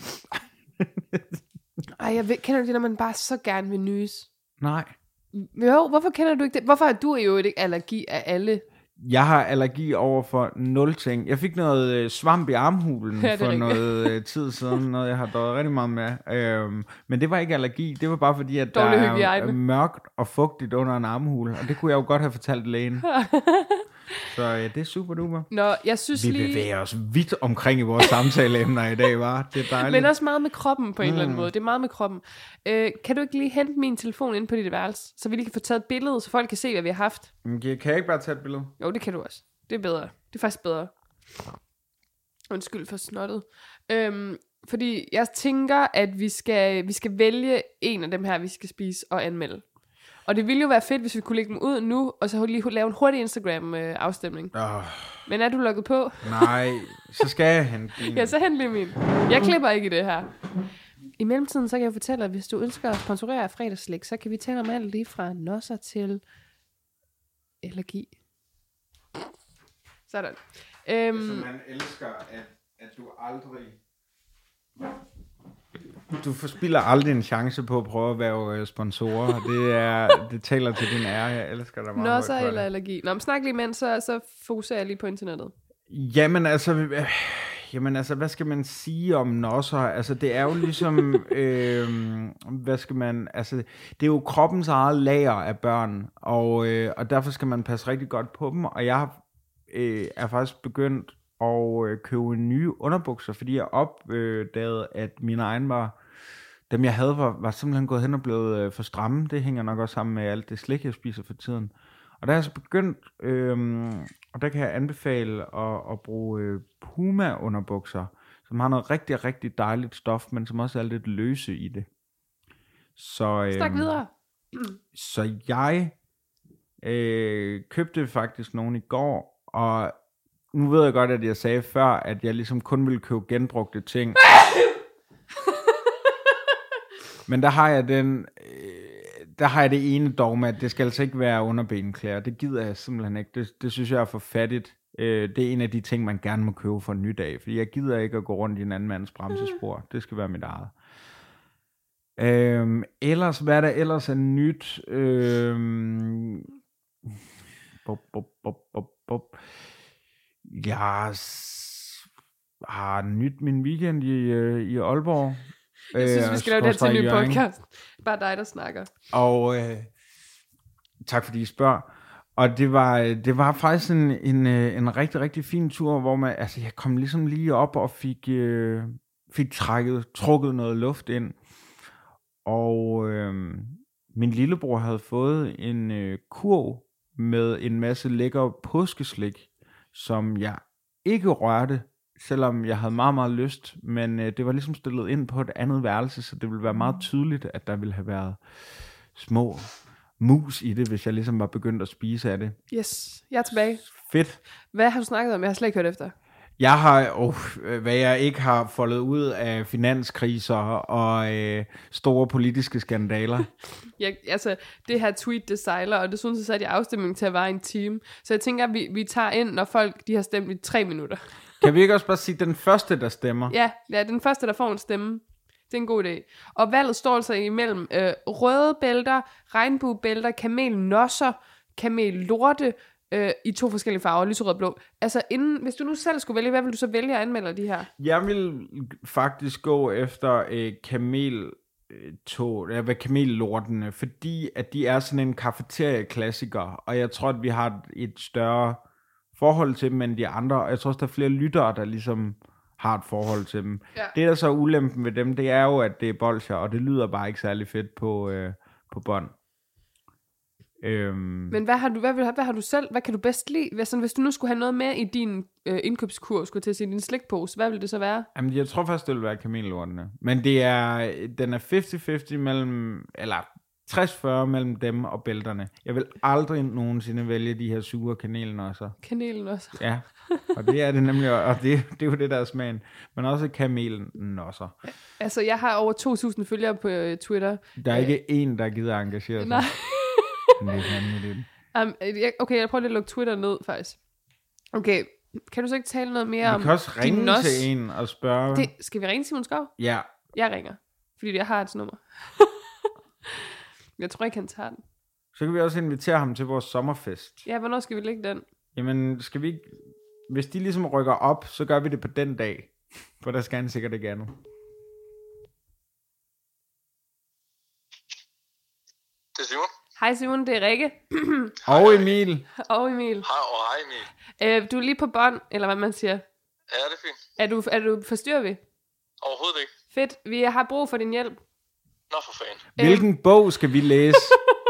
Ej, jeg ved, kender du det, når man bare så gerne vil nys? Nej. Jo, hvorfor kender du ikke det? Hvorfor har du jo ikke allergi af alle? Jeg har allergi over for nul ting. Jeg fik noget øh, svamp i armhulen ja, for rigtigt. noget øh, tid siden, noget jeg har døjet rigtig meget med. Øhm, men det var ikke allergi, det var bare fordi, at Dårlig der hygiejne. er mørkt og fugtigt under en armhule, og det kunne jeg jo godt have fortalt lægen. Så ja, det er super duper. Nå, jeg synes Vi lige... bevæger os vidt omkring i vores samtaleemner i dag, var det er dejligt. Men også meget med kroppen på en mm. eller anden måde. Det er meget med kroppen. Øh, kan du ikke lige hente min telefon ind på dit værelse, så vi lige kan få taget et billede, så folk kan se, hvad vi har haft? Kan jeg ikke bare tage et billede? Jo, det kan du også. Det er bedre. Det er faktisk bedre. Undskyld for snottet. Øhm, fordi jeg tænker, at vi skal, vi skal vælge en af dem her, vi skal spise og anmelde. Og det ville jo være fedt, hvis vi kunne lægge dem ud nu, og så lige lave en hurtig Instagram-afstemning. Oh. Men er du logget på? Nej, så skal jeg hente din. Ja, så hent lige min. Jeg klipper ikke i det her. I mellemtiden, så kan jeg fortælle, at hvis du ønsker at sponsorere fredagsslik, så kan vi tale om alt lige fra nosser til allergi. Sådan. Øhm, Så man elsker, at, at du aldrig... Du forspilder aldrig en chance på at prøve at være sponsorer. Det, er, det taler til din ære. Jeg elsker dig meget. Nosser eller allergi. Nå, men snak lige imens, så, så fokuserer jeg lige på internettet. Jamen altså... Øh, jamen altså, hvad skal man sige om nosser? Altså, det er jo ligesom... øh, hvad skal man... Altså, det er jo kroppens eget lager af børn. Og, øh, og derfor skal man passe rigtig godt på dem. Og jeg øh, er faktisk begyndt og øh, købe nye underbukser, fordi jeg opdagede, at mine egne var, dem jeg havde, var, var simpelthen gået hen og blevet øh, for stramme. Det hænger nok også sammen med alt det slik, jeg spiser for tiden. Og der er jeg så begyndt, øh, og der kan jeg anbefale at, at bruge øh, Puma underbukser, som har noget rigtig, rigtig dejligt stof, men som også er lidt løse i det. Så, øh, Snak videre. Så jeg øh, købte faktisk nogen i går, og nu ved jeg godt, at jeg sagde før, at jeg ligesom kun ville købe genbrugte ting. Men der har jeg den, øh, der har jeg det ene dogme, at det skal altså ikke være underbenklæder. Det gider jeg simpelthen ikke. Det, det synes jeg er for fattigt. Øh, det er en af de ting, man gerne må købe for en ny dag, fordi jeg gider ikke at gå rundt i en anden mands bremsespor. Det skal være mit eget. Øh, ellers, hvad er der ellers er nyt? Øh, bop, bop, bop, bop, bop. Jeg har nyt min weekend i, øh, i Aalborg. Jeg synes, vi skal lave det til en ny podcast. Bare dig, der snakker. Og øh, tak fordi I spørger. Og det var, det var faktisk en, en, en rigtig, rigtig fin tur, hvor man, altså jeg kom ligesom lige op og fik, øh, fik trækket, trukket noget luft ind. Og øh, min lillebror havde fået en øh, kurv med en masse lækker påskeslik, som jeg ikke rørte, selvom jeg havde meget, meget lyst, men øh, det var ligesom stillet ind på et andet værelse, så det ville være meget tydeligt, at der ville have været små mus i det, hvis jeg ligesom var begyndt at spise af det. Yes, jeg er tilbage. Fedt. Hvad har du snakket om? Jeg har slet ikke hørt efter. Jeg har, oh, hvad jeg ikke har foldet ud af finanskriser og øh, store politiske skandaler. Jeg, altså, det her tweet, det sejler, og det synes jeg satte i afstemning til at være en time. Så jeg tænker, at vi, vi tager ind, når folk de har stemt i tre minutter. Kan vi ikke også bare sige, den første, der stemmer? Ja, ja, den første, der får en stemme. Det er en god idé. Og valget står altså imellem øh, røde bælter, regnbuebælter, kamelnosser, kamellorte, øh, i to forskellige farver, lyserød og blå. Altså, inden, hvis du nu selv skulle vælge, hvad vil du så vælge at anmelde de her? Jeg vil faktisk gå efter øh, kamel... tog, hvad kamellortene, fordi at de er sådan en kafeterieklassiker, og jeg tror, at vi har et større forhold til dem end de andre, og jeg tror også, der er flere lyttere, der ligesom har et forhold til dem. Ja. Det, der så er ulempen ved dem, det er jo, at det er bolsjer, og det lyder bare ikke særlig fedt på, øh, på bånd. Øhm, Men hvad har du, hvad, vil, hvad har du selv, hvad kan du bedst lide? Hvad, sådan, hvis du nu skulle have noget med i din øh, indkøbskur, skulle til at sige din slikpose, hvad vil det så være? Jamen, jeg tror faktisk, det vil være kamellortene. Men det er, den er halvtreds halvtreds mellem, eller tres fyrre mellem dem og bælterne. Jeg vil aldrig nogensinde vælge de her sure kanelnosser. Kanelen også. Ja, og det er det nemlig, og det, det er jo det, der er smagen. Men også kamelnosser. Altså, jeg har over to tusind følgere på øh, Twitter. Der er ikke en, der gider engagere sig. Nej. Det er det. Um, jeg, okay, jeg prøver lige at lukke Twitter ned, faktisk. Okay, kan du så ikke tale noget mere Vi om kan også ringe nos? til en og spørge. Det, skal vi ringe Simon Skov? Ja. Jeg ringer, fordi jeg har et nummer. Jeg tror ikke, han tager den. Så kan vi også invitere ham til vores sommerfest. Ja, hvornår skal vi lægge den? Jamen, skal vi ikke... Hvis de ligesom rykker op, så gør vi det på den dag. For der skal han sikkert ikke andet. Det er Simon. Hej Simon, det er Rikke. Og Emil. Og Emil. Hej og hej Emil. Øh, du er lige på bånd, eller hvad man siger. Ja, det er fint. Er du, er du forstyrrer vi? Overhovedet ikke. Fedt, vi har brug for din hjælp. Nå for fanden. Hvilken øh. bog skal vi læse?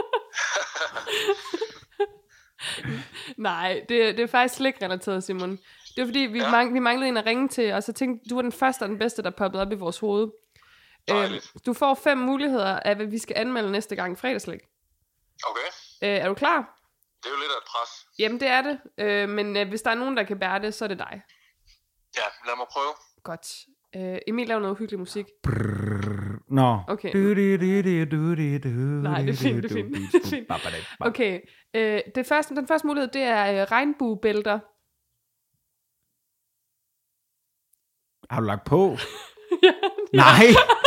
Nej, det, det er faktisk slik relateret, Simon. Det er fordi, vi, ja. mang, vi manglede en at ringe til, og så tænkte du var den første og den bedste, der poppede op i vores hoved. Øh, du får fem muligheder af, hvad vi skal anmelde næste gang fredagslæg. Okay. Øh, er du klar? Det er jo lidt af et pres. Jamen, det er det. Øh, men øh, hvis der er nogen, der kan bære det, så er det dig. Ja, lad mig prøve. Godt. Øh, Emil laver noget uhyggelig musik. Nå. Okay. Du, du, du, du, du, du, Nej, det er fint, det er fint. Det er fint. Okay. Øh, det første, den første mulighed, det er øh, regnbuebælter. Har du lagt på? Ja. Nej.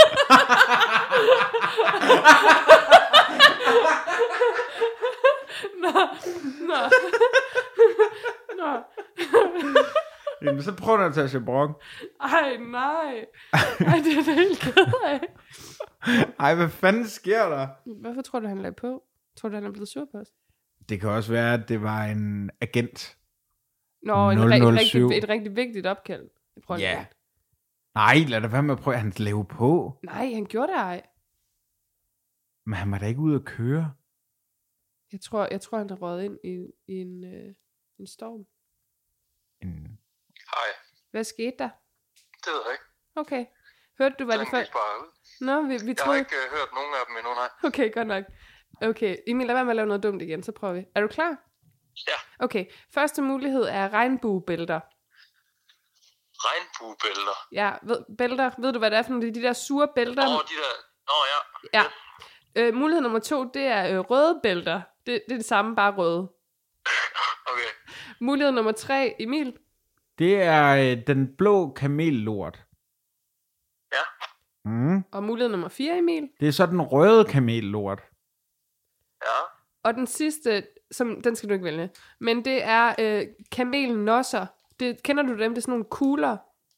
Nå. Nå. Nå. Jamen, så prøv at tage Chabrok. Ej, nej. Ej, det er da helt ked af. Ej, hvad fanden sker der? Hvorfor tror du, han lagde på? Tror du, han er blevet sur på os? Det kan også være, at det var en agent. Nå, en nul nul syv. Et, rigtig, et rigtig vigtigt opkald. Ja. Yeah. Nej, lad det være med at prøve, at han lave på. Nej, han gjorde det ej. Men han var da ikke ude at køre. Jeg tror, jeg tror han er røget ind i, i en, øh, en storm. En... Hej. Hvad skete der? Det ved jeg ikke. Okay. Hørte du, hvad det før? Nå, vi, vi jeg troede... har ikke uh, hørt nogen af dem endnu, nej. Okay, godt nok. Okay, Emil, lad være med at lave noget dumt igen, så prøver vi. Er du klar? Ja. Okay, første mulighed er regnbuebælter. Regnbuebælter? Ja, ved, bælter. Ved du, hvad det er for nogle? De der sure bælter. Åh, oh, de der... Åh, oh, ja. Ja. Øh, mulighed nummer to, det er øh, røde bælter. Det, det er det samme, bare røde. Okay. Mulighed nummer tre, Emil. Det er øh, den blå kamellort. Ja. Mm. Og mulighed nummer fire, Emil. Det er så den røde kamellort. Ja. Og den sidste, som, den skal du ikke vælge, men det er øh, kamelnosser. Det, kender du dem? Det er sådan nogle kugler.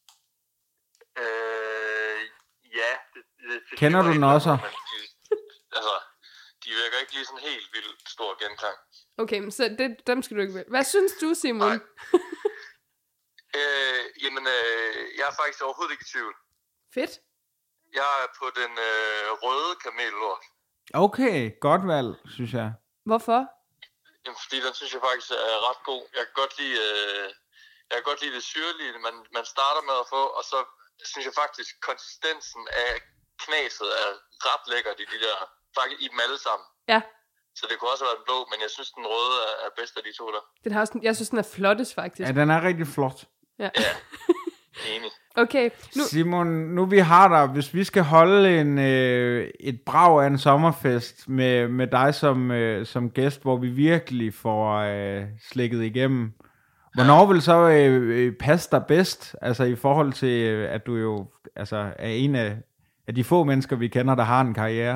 Øh, ja. Det, det, det, kender det du nosser? De, altså, de virker ikke lige sådan helt vildt stor genklang. Okay, så det, dem skal du ikke vælge. Hvad synes du, Simon? øh, jamen, øh, jeg er faktisk overhovedet ikke i tvivl. Fedt. Jeg er på den øh, røde kamellort. Okay, godt valg, synes jeg. Hvorfor? Jamen, fordi den synes jeg faktisk er ret god. Jeg kan godt lide, øh, jeg kan godt lide det syrlige, man, man starter med at få, og så synes jeg faktisk, konsistensen af knaset er ret lækkert i de der, faktisk i dem alle sammen. Ja. Så det kunne også være den blå, men jeg synes, den røde er, er bedst af de to der. Den har også, jeg synes, den er flottest, faktisk. Ja, den er rigtig flot. Ja. Ja, enig. Okay, nu... Simon, nu vi har dig, hvis vi skal holde en, øh, et brag af en sommerfest med, med dig som, øh, som gæst, hvor vi virkelig får øh, slikket igennem, hvornår vil så øh, passe dig bedst, altså i forhold til, øh, at du jo altså, er en af, af de få mennesker, vi kender, der har en karriere?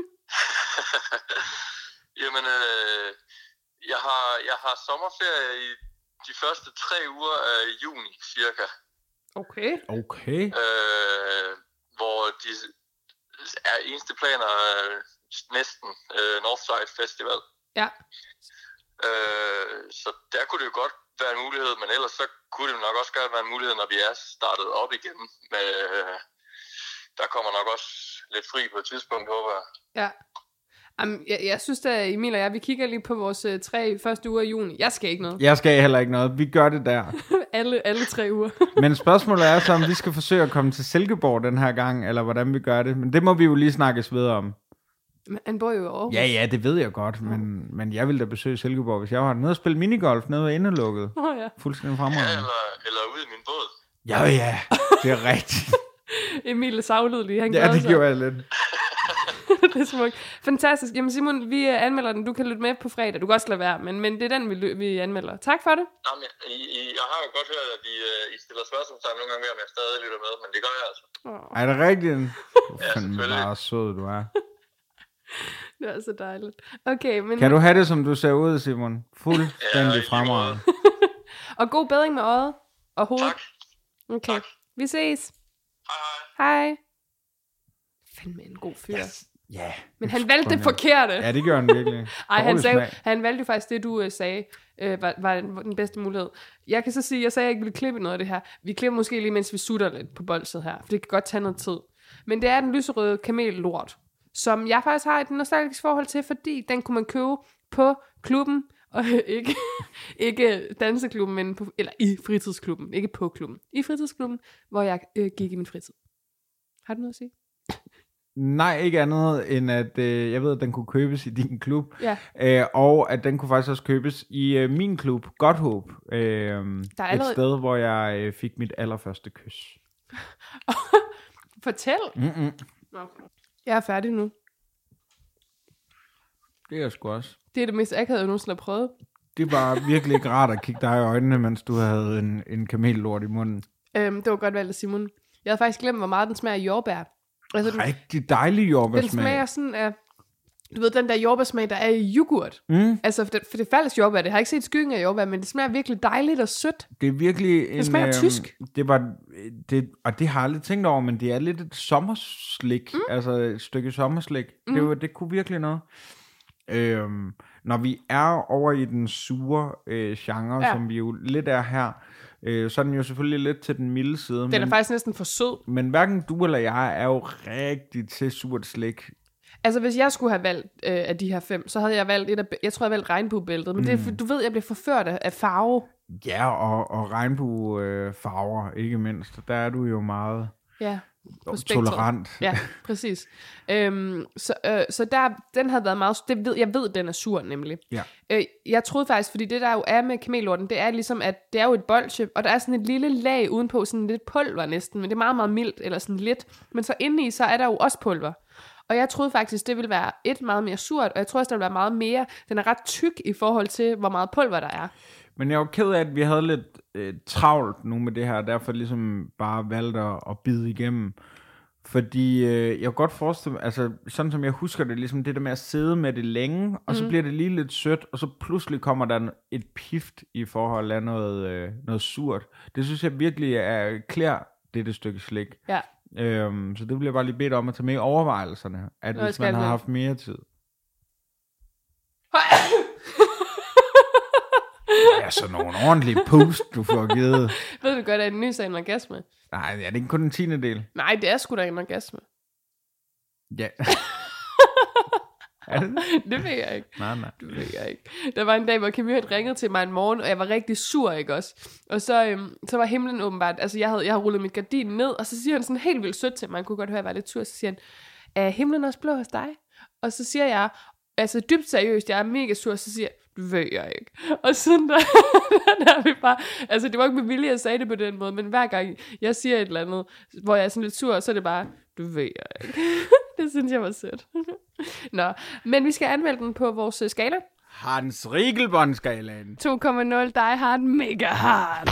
Jamen, øh, jeg, har, jeg har sommerferie i de første tre uger af juni, cirka. Okay. Okay. Øh, hvor de er eneste planer øh, næsten øh, Northside Festival. Ja. Øh, så der kunne det jo godt være en mulighed, men ellers så kunne det nok også godt være en mulighed, når vi er startet op igen. Med, øh, der kommer nok også lidt fri på et tidspunkt, håber jeg. Ja. Jamen, jeg, jeg synes at Emil og jeg, vi kigger lige på vores uh, tre første uger i juni. Jeg skal ikke noget. Jeg skal heller ikke noget. Vi gør det der. alle, alle tre uger. Men spørgsmålet er så, om vi skal forsøge at komme til Silkeborg den her gang, eller hvordan vi gør det. Men det må vi jo lige snakkes videre om. Men han bor jo i Aarhus. Ja, ja, det ved jeg godt, men, men jeg ville da besøge Silkeborg, hvis jeg var nede og spille minigolf nede ved indelukket. Åh oh, ja. Fuldstændig fremragende. Ja, eller, eller ude i min båd. Ja, ja, det er rigtigt. Emil er savlydelig, han Ja, det sig. Gjorde jeg lidt. Det er smukt. Fantastisk. Jamen Simon, vi anmelder den. Du kan lytte med på fredag. Du kan også lade være, men, men det er den, vi, vi anmelder. Tak for det. Jamen, jeg, I, jeg har jo godt hørt, at I, I stiller spørgsmål sammen nogle gange mere, om jeg stadig lytter med, men det gør jeg altså. Oh. Er det rigtigt? Ja, selvfølgelig. Hvor sød du er. Det er så dejligt. Okay, men... Kan du have det, som du ser ud, Simon? Fuldstændig ja, fremragende. Og god bedring med øjet og hovedet. Tak. Okay, tak. Vi ses. Hej, hej. Hej. Fandme en god fyr. Yes. Ja. Men han valgte det forkerte. Ja, det gør han virkelig. Ej, han, sagde, han valgte jo faktisk det, du uh, sagde, uh, var, var den bedste mulighed. Jeg kan så sige, jeg sagde, at jeg ikke ville klippe noget af det her. Vi klipper måske lige, mens vi sutter lidt på bolset her, for det kan godt tage noget tid. Men det er den lyserøde kamellort, som jeg faktisk har et nostalgisk forhold til, fordi den kunne man købe på klubben, og ikke, ikke danseklubben, men på, eller i fritidsklubben, ikke på klubben. I fritidsklubben, hvor jeg øh, gik i min fritid. Har du noget at sige? Nej, ikke andet end at øh, jeg ved, at den kunne købes i din klub, ja. øh, og at den kunne faktisk også købes i øh, min klub, Godthåb, øh, allerede... et sted, hvor jeg øh, fik mit allerførste kys. Fortæl. Mm-mm. Jeg er færdig nu. Det er jeg sgu også. Det er det mest akavede, jeg nogensinde har prøvet. Det var virkelig ikke rart at kigge dig i øjnene, mens du havde en, en kamellort i munden. Øhm, det var godt valgt af Simon. Jeg havde faktisk glemt, hvor meget den smager af jordbær. Altså, den, rigtig dejlig jordbærsmag. Den smager sådan af, du ved, den der jordbærsmag, der er i yoghurt. Mm. Altså, for det, for det faldes jordbær. Det har ikke set skyggen af jordbær, men det smager virkelig dejligt og sødt. Det er virkelig en... Det smager øh, tysk. Det var, det, og det har jeg aldrig tænkt over, men det er lidt et sommerslik. Mm. Altså et stykke sommerslik. Mm. Det, var, det kunne virkelig noget. Øhm, når vi er over i den sure øh, genre, ja. som vi jo lidt er her, øh, så er den jo selvfølgelig lidt til den milde side. Den men, er faktisk næsten for sød. Men hverken du eller jeg er jo rigtig til surt slik. Altså hvis jeg skulle have valgt øh, af de her fem, så havde jeg valgt et af, jeg tror jeg valgt regnbuebæltet, men mm. det er, du ved, jeg bliver forført af, af farve. Ja, og, og regnbuefarver øh, ikke mindst. Der er du jo meget... Ja. Tolerant. Ja, præcis. Øhm, så øh, så der, den havde været meget... Det ved, jeg ved, den er sur, nemlig. Ja. Øh, jeg troede faktisk, fordi det der jo er med kamellorten, det er ligesom, at det er jo et bolsje, og der er sådan et lille lag udenpå, sådan lidt pulver næsten, men det er meget, meget mildt, eller sådan lidt. Men så indeni, så er der jo også pulver. Og jeg troede faktisk, det ville være et meget mere surt, og jeg tror også, der ville være meget mere... Den er ret tyk i forhold til, hvor meget pulver der er. Men jeg var ked af, at vi havde lidt øh, travlt nu med det her, og derfor ligesom bare valgte at, at bide igennem. Fordi øh, jeg kunne godt forestille mig, altså sådan som jeg husker det, ligesom det der med at sidde med det længe, og mm. så bliver det lige lidt sødt, og så pludselig kommer der et pift i forhold af noget, øh, noget surt. Det synes jeg virkelig er klær dette stykke slik. Ja. Øhm, så det bliver jeg bare lige bedt om at tage med i overvejelserne, at hvis man har det. haft mere tid. Ja, så nogle ordentlige post, du får givet. Ved du godt, at en nys er en orgasme? Nej, det er ikke kun en tiende del. Nej, det er sgu da en orgasme. Ja. Er det? Det ved jeg ikke. Nej, nej. Det ved jeg ikke. Der var en dag, hvor Camille havde ringet til mig en morgen, og jeg var rigtig sur, ikke også? Og så, øhm, så var himlen åbenbart, altså jeg havde, jeg havde rullet mit gardin ned, og så siger han sådan helt vildt sødt til mig, han kunne godt høre, at jeg var lidt sur, så siger han, er himlen også blå hos dig? Og så siger jeg, altså dybt seriøst, jeg er mega sur, så siger jeg, det ved jeg ikke. Og sådan der, der er vi bare, altså det var ikke med vilje, jeg sagde det på den måde, men hver gang jeg siger et eller andet, hvor jeg er sådan lidt sur, så er det bare, det ved jeg ikke. Det synes jeg var sødt. Nå, men vi skal anmelde den på vores skala. Hans Riegelbånd-skalaen. to komma nul, Die Hard, Mega Hard.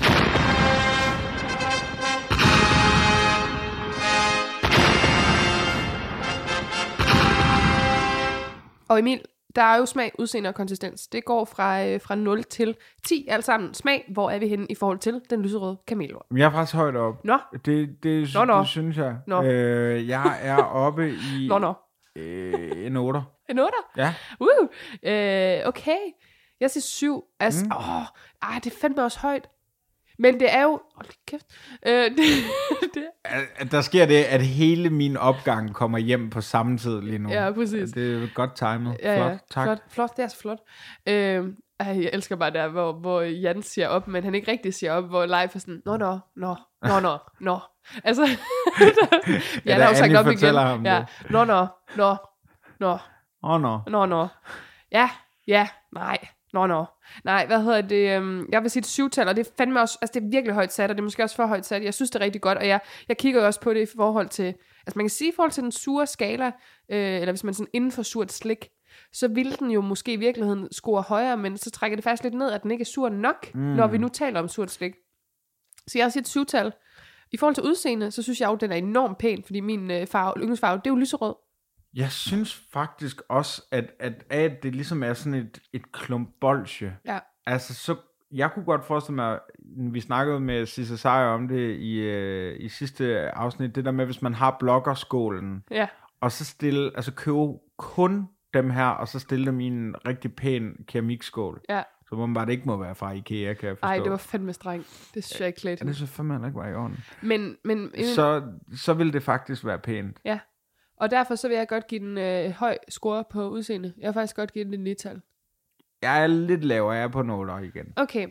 Og Emil, der er jo smag, udseende og konsistens. Det går fra, øh, fra nul til ti, alt sammen. Smag, hvor er vi henne i forhold til den lyserøde kamellort? Jeg er faktisk højt op. Nå. Det, det, nå, nå. det synes jeg. Nå. Øh, jeg er oppe i nå, nå. Øh, en otter. En otter? Ja. Uh, øh, okay. Jeg siger syv. Altså, mm. åh, ah, det fandt mig også højt. Men det er jo... Hold kæft. Øh, det, det. Der sker det, at hele min opgang kommer hjem på samme tid lige nu. Ja, præcis. Det er godt timet. Ja, flot, ja. tak. Flot, flot, det er så flot. Øh, jeg elsker bare der, hvor, hvor Jan siger op, men han ikke rigtig siger op, hvor Leif er sådan, nå, nå, nå, nå, nå, nå. Altså, ja, der har jo sagt op igen. Ham ja. Nå, nå, nå, nå. Åh, oh, nå. Nå, nå. Ja, ja, nej. Nå, nå. Nej, hvad hedder det? Um, jeg vil sige et syvtal, og det er fandme også, altså det er virkelig højt sat, og det er måske også for højt sat. Jeg synes, det er rigtig godt, og jeg, jeg kigger jo også på det i forhold til, altså man kan sige i forhold til den sure skala, øh, eller hvis man sådan inden for surt slik, så vil den jo måske i virkeligheden score højere, men så trækker det faktisk lidt ned, at den ikke er sur nok, mm. når vi nu taler om surt slik. Så jeg har set et syvtal. I forhold til udseende, så synes jeg jo, den er enormt pæn, fordi min øh, farve, yndlingsfarve, det er jo lyserød. Jeg synes faktisk også, at, at, at det ligesom er sådan et, et klump bolsje. Ja. Altså, så jeg kunne godt forestille mig, vi snakkede med Sisse Sejer om det i, øh, i sidste afsnit, det der med, hvis man har bloggerskålen, ja. og så stille, altså købe kun dem her, og så stille dem i en rigtig pæn keramikskål. Ja. Så må man bare, det ikke må være fra IKEA, kan jeg forstå. Ej, det var fandme strengt. Det synes jeg ikke klædt. Ja, det synes jeg fandme ikke var i orden. Men, men, så, så ville det faktisk være pænt. Ja. Og derfor så vil jeg godt give den øh, høj score på udseende. Jeg vil faktisk godt give den en ni-tal. Jeg er lidt lavere, jeg er på nåler igen. Okay.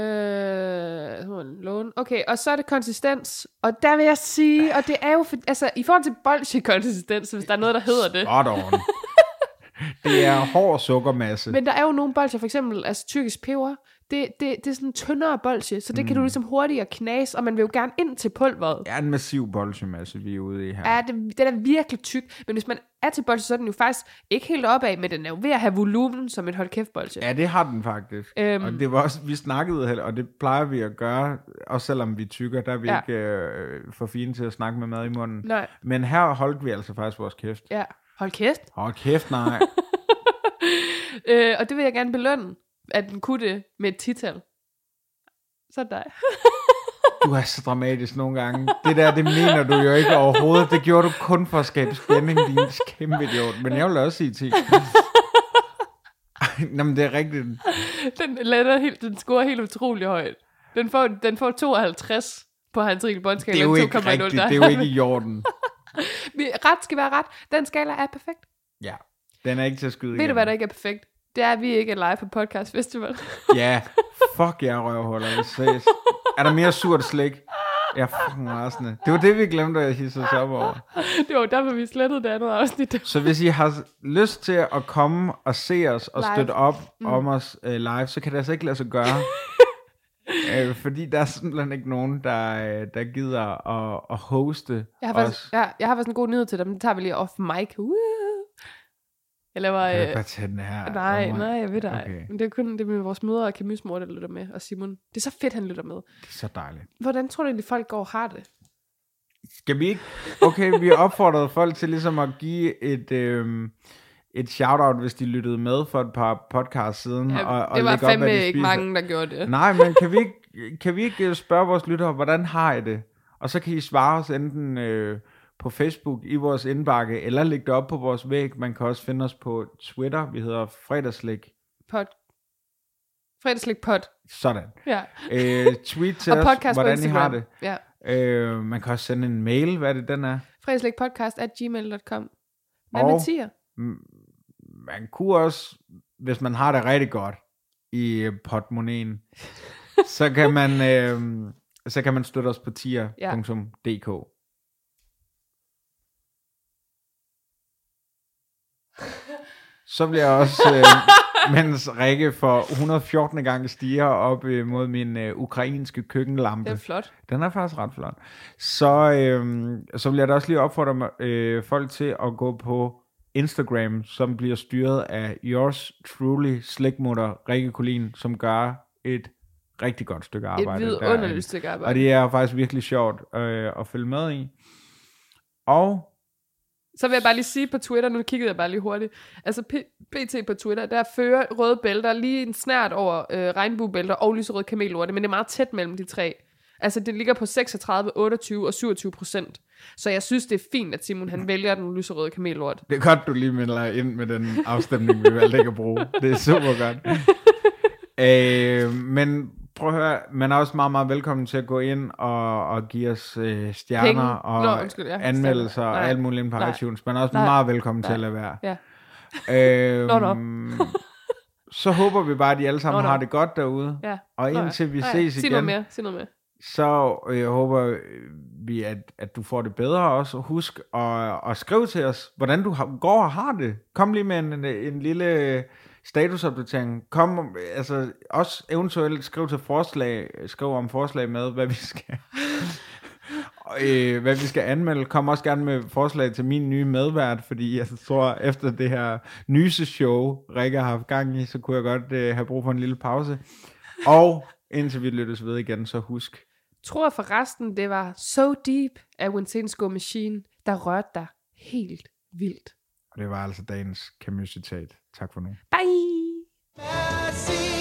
Øh, okay, og så er det konsistens. Og der vil jeg sige, og det er jo, for, altså i forhold til bolsje-konsistens, hvis der er noget, der hedder det. Sådan. Det er hård sukkermasse. Men der er jo nogle bolsjer, for eksempel altså tyrkisk peber, det, det, det er sådan en tyndere bolsje, så det mm. kan du ligesom hurtigere knase, og man vil jo gerne ind til pulveret. Det er en massiv bolsjemasse, vi er ude i her. Ja, det, den er virkelig tyk, men hvis man er til bolsje, så er den jo faktisk ikke helt opad, men den er jo ved at have volumen som et hold kæft bolsje. Ja, det har den faktisk. Øhm, og det var også, vi snakkede, og det plejer vi at gøre, også selvom vi tykker, der er vi ja. ikke øh, for fine til at snakke med mad i munden. Nej. Men her holdt vi altså faktisk vores kæft. Ja, hold kæft. Hold kæft, nej. øh, og det vil jeg gerne belønne, at den kunne det med et tital. Så dig. Du er så dramatisk nogle gange. Det der, det mener du jo ikke overhovedet. Det gjorde du kun for at skabe spænding, din kæmpe idiot. Men jeg vil også sige ti. Nå, men det er rigtigt. Den lander helt, den scorer helt utrolig højt. Den får, den får tooghalvtreds på hans rigtige båndskala. Det er jo ikke rigtigt, det er jo ikke i orden. Ret skal være ret. Den skala er perfekt. Ja, den er ikke til at skyde. Ved igen. du, hvad der ikke er perfekt? Det er, at vi ikke er live på Podcast Festival. Ja, fuck jeg røvholder. Er der mere surt slik? Jeg er fucking rasende. Det var det, vi glemte, at hisse os op over. Det var derfor, vi slettede det andet afsnit. Så hvis I har lyst til at komme og se os og live. støtte op mm. om os uh, live, så kan det altså ikke lade sig gøre. uh, fordi der er simpelthen ikke nogen, der, der gider at, at hoste jeg har os. Faktisk, ja, jeg har faktisk en god nyhed til dem. Det tager vi lige off mic. Woo! Jeg laver... Kan jeg bare tage den her? Nej, nej, jeg ved dig. Okay. Men det er kun det med vores mødre og Camus' mor, der lytter med, og Simon. Det er så fedt, han lytter med. Det er så dejligt. Hvordan tror du egentlig, folk går og har det? Skal vi ikke? Okay, vi har opfordret folk til ligesom at give et, øhm, et shout-out, hvis de lyttede med for et par podcasts siden. Ja, og, og det var fandme op, de ikke mange, der gjorde det. Nej, men kan vi ikke, kan vi ikke spørge vores lyttere, hvordan har I det? Og så kan I svare os enten... Øh, på Facebook i vores indbakke, eller lægge det op på vores væg. Man kan også finde os på Twitter. Vi hedder Fredagslik. Pod. Fredagslik pod. Sådan. Ja. Øh, tweet til os, hvordan I har det. Ja. Øh, man kan også sende en mail. Hvad er det, den er? fredagslikpodcast at gmail dot com. Hvad og med tier? Man kunne også, hvis man har det rigtig godt i portemonnaien, så kan man øh, så kan man støtte os på tier punktum d k. Så bliver jeg også, øh, mens Rikke for et hundrede og fjorten gange stiger op øh, mod min øh, ukrainske køkkenlampe. Det er flot. Den er faktisk ret flot. Så, øh, så vil jeg da også lige opfordre øh, folk til at gå på Instagram, som bliver styret af yours truly, slikmutter Rikke Collin, som gør et rigtig godt stykke arbejde. Et vidunderligt stykke arbejde. Og det er faktisk virkelig sjovt øh, at følge med i. Og så vil jeg bare lige sige på Twitter, nu kiggede jeg bare lige hurtigt, altså P T på Twitter, der fører røde bælter lige en snært over øh, regnbuebælter og lyserøde kamelorte, men det er meget tæt mellem de tre. Altså det ligger på seksogtredive, otteogtyve og syvogtyve procent. Så jeg synes, det er fint, at Simon han vælger den lyserøde kamelort. Det er godt, du lige melder ind med den afstemning, vi valgte ikke at bruge. Det er super godt. øh, men prøv at høre, man er også meget, meget velkommen til at gå ind og, og give os øh, stjerner Penge. og Nå, undskyld, ja. anmeldelser Nej. og alt muligt ind på Nej. iTunes. Man er også Nej. meget velkommen Nej. til at lade være. Ja. Øhm, nå, nå. Så håber vi bare, at de alle sammen nå, nå. har det godt derude. Ja. Og indtil vi nå, ja. ses Sig igen, noget mere. Sig noget mere. så jeg håber vi, at, at du får det bedre også. Husk at, at skrive til os, hvordan du har, går og har det. Kom lige med en, en, en lille statusopdatering. Kom, altså også eventuelt skriv til forslag, skriv om forslag med, hvad vi skal øh, hvad vi skal anmelde. Kom også gerne med forslag til min nye medvært, fordi jeg tror, efter det her nyseshow, Rikke har haft gang i, så kunne jeg godt øh, have brug for en lille pause. Og indtil vi lyttes ved igen, så husk. Tror forresten, det var So Deep af When Saints Go Machine, der rørte dig helt vildt. Og det var altså dagens Camus-citat. Tak for nu. Bye!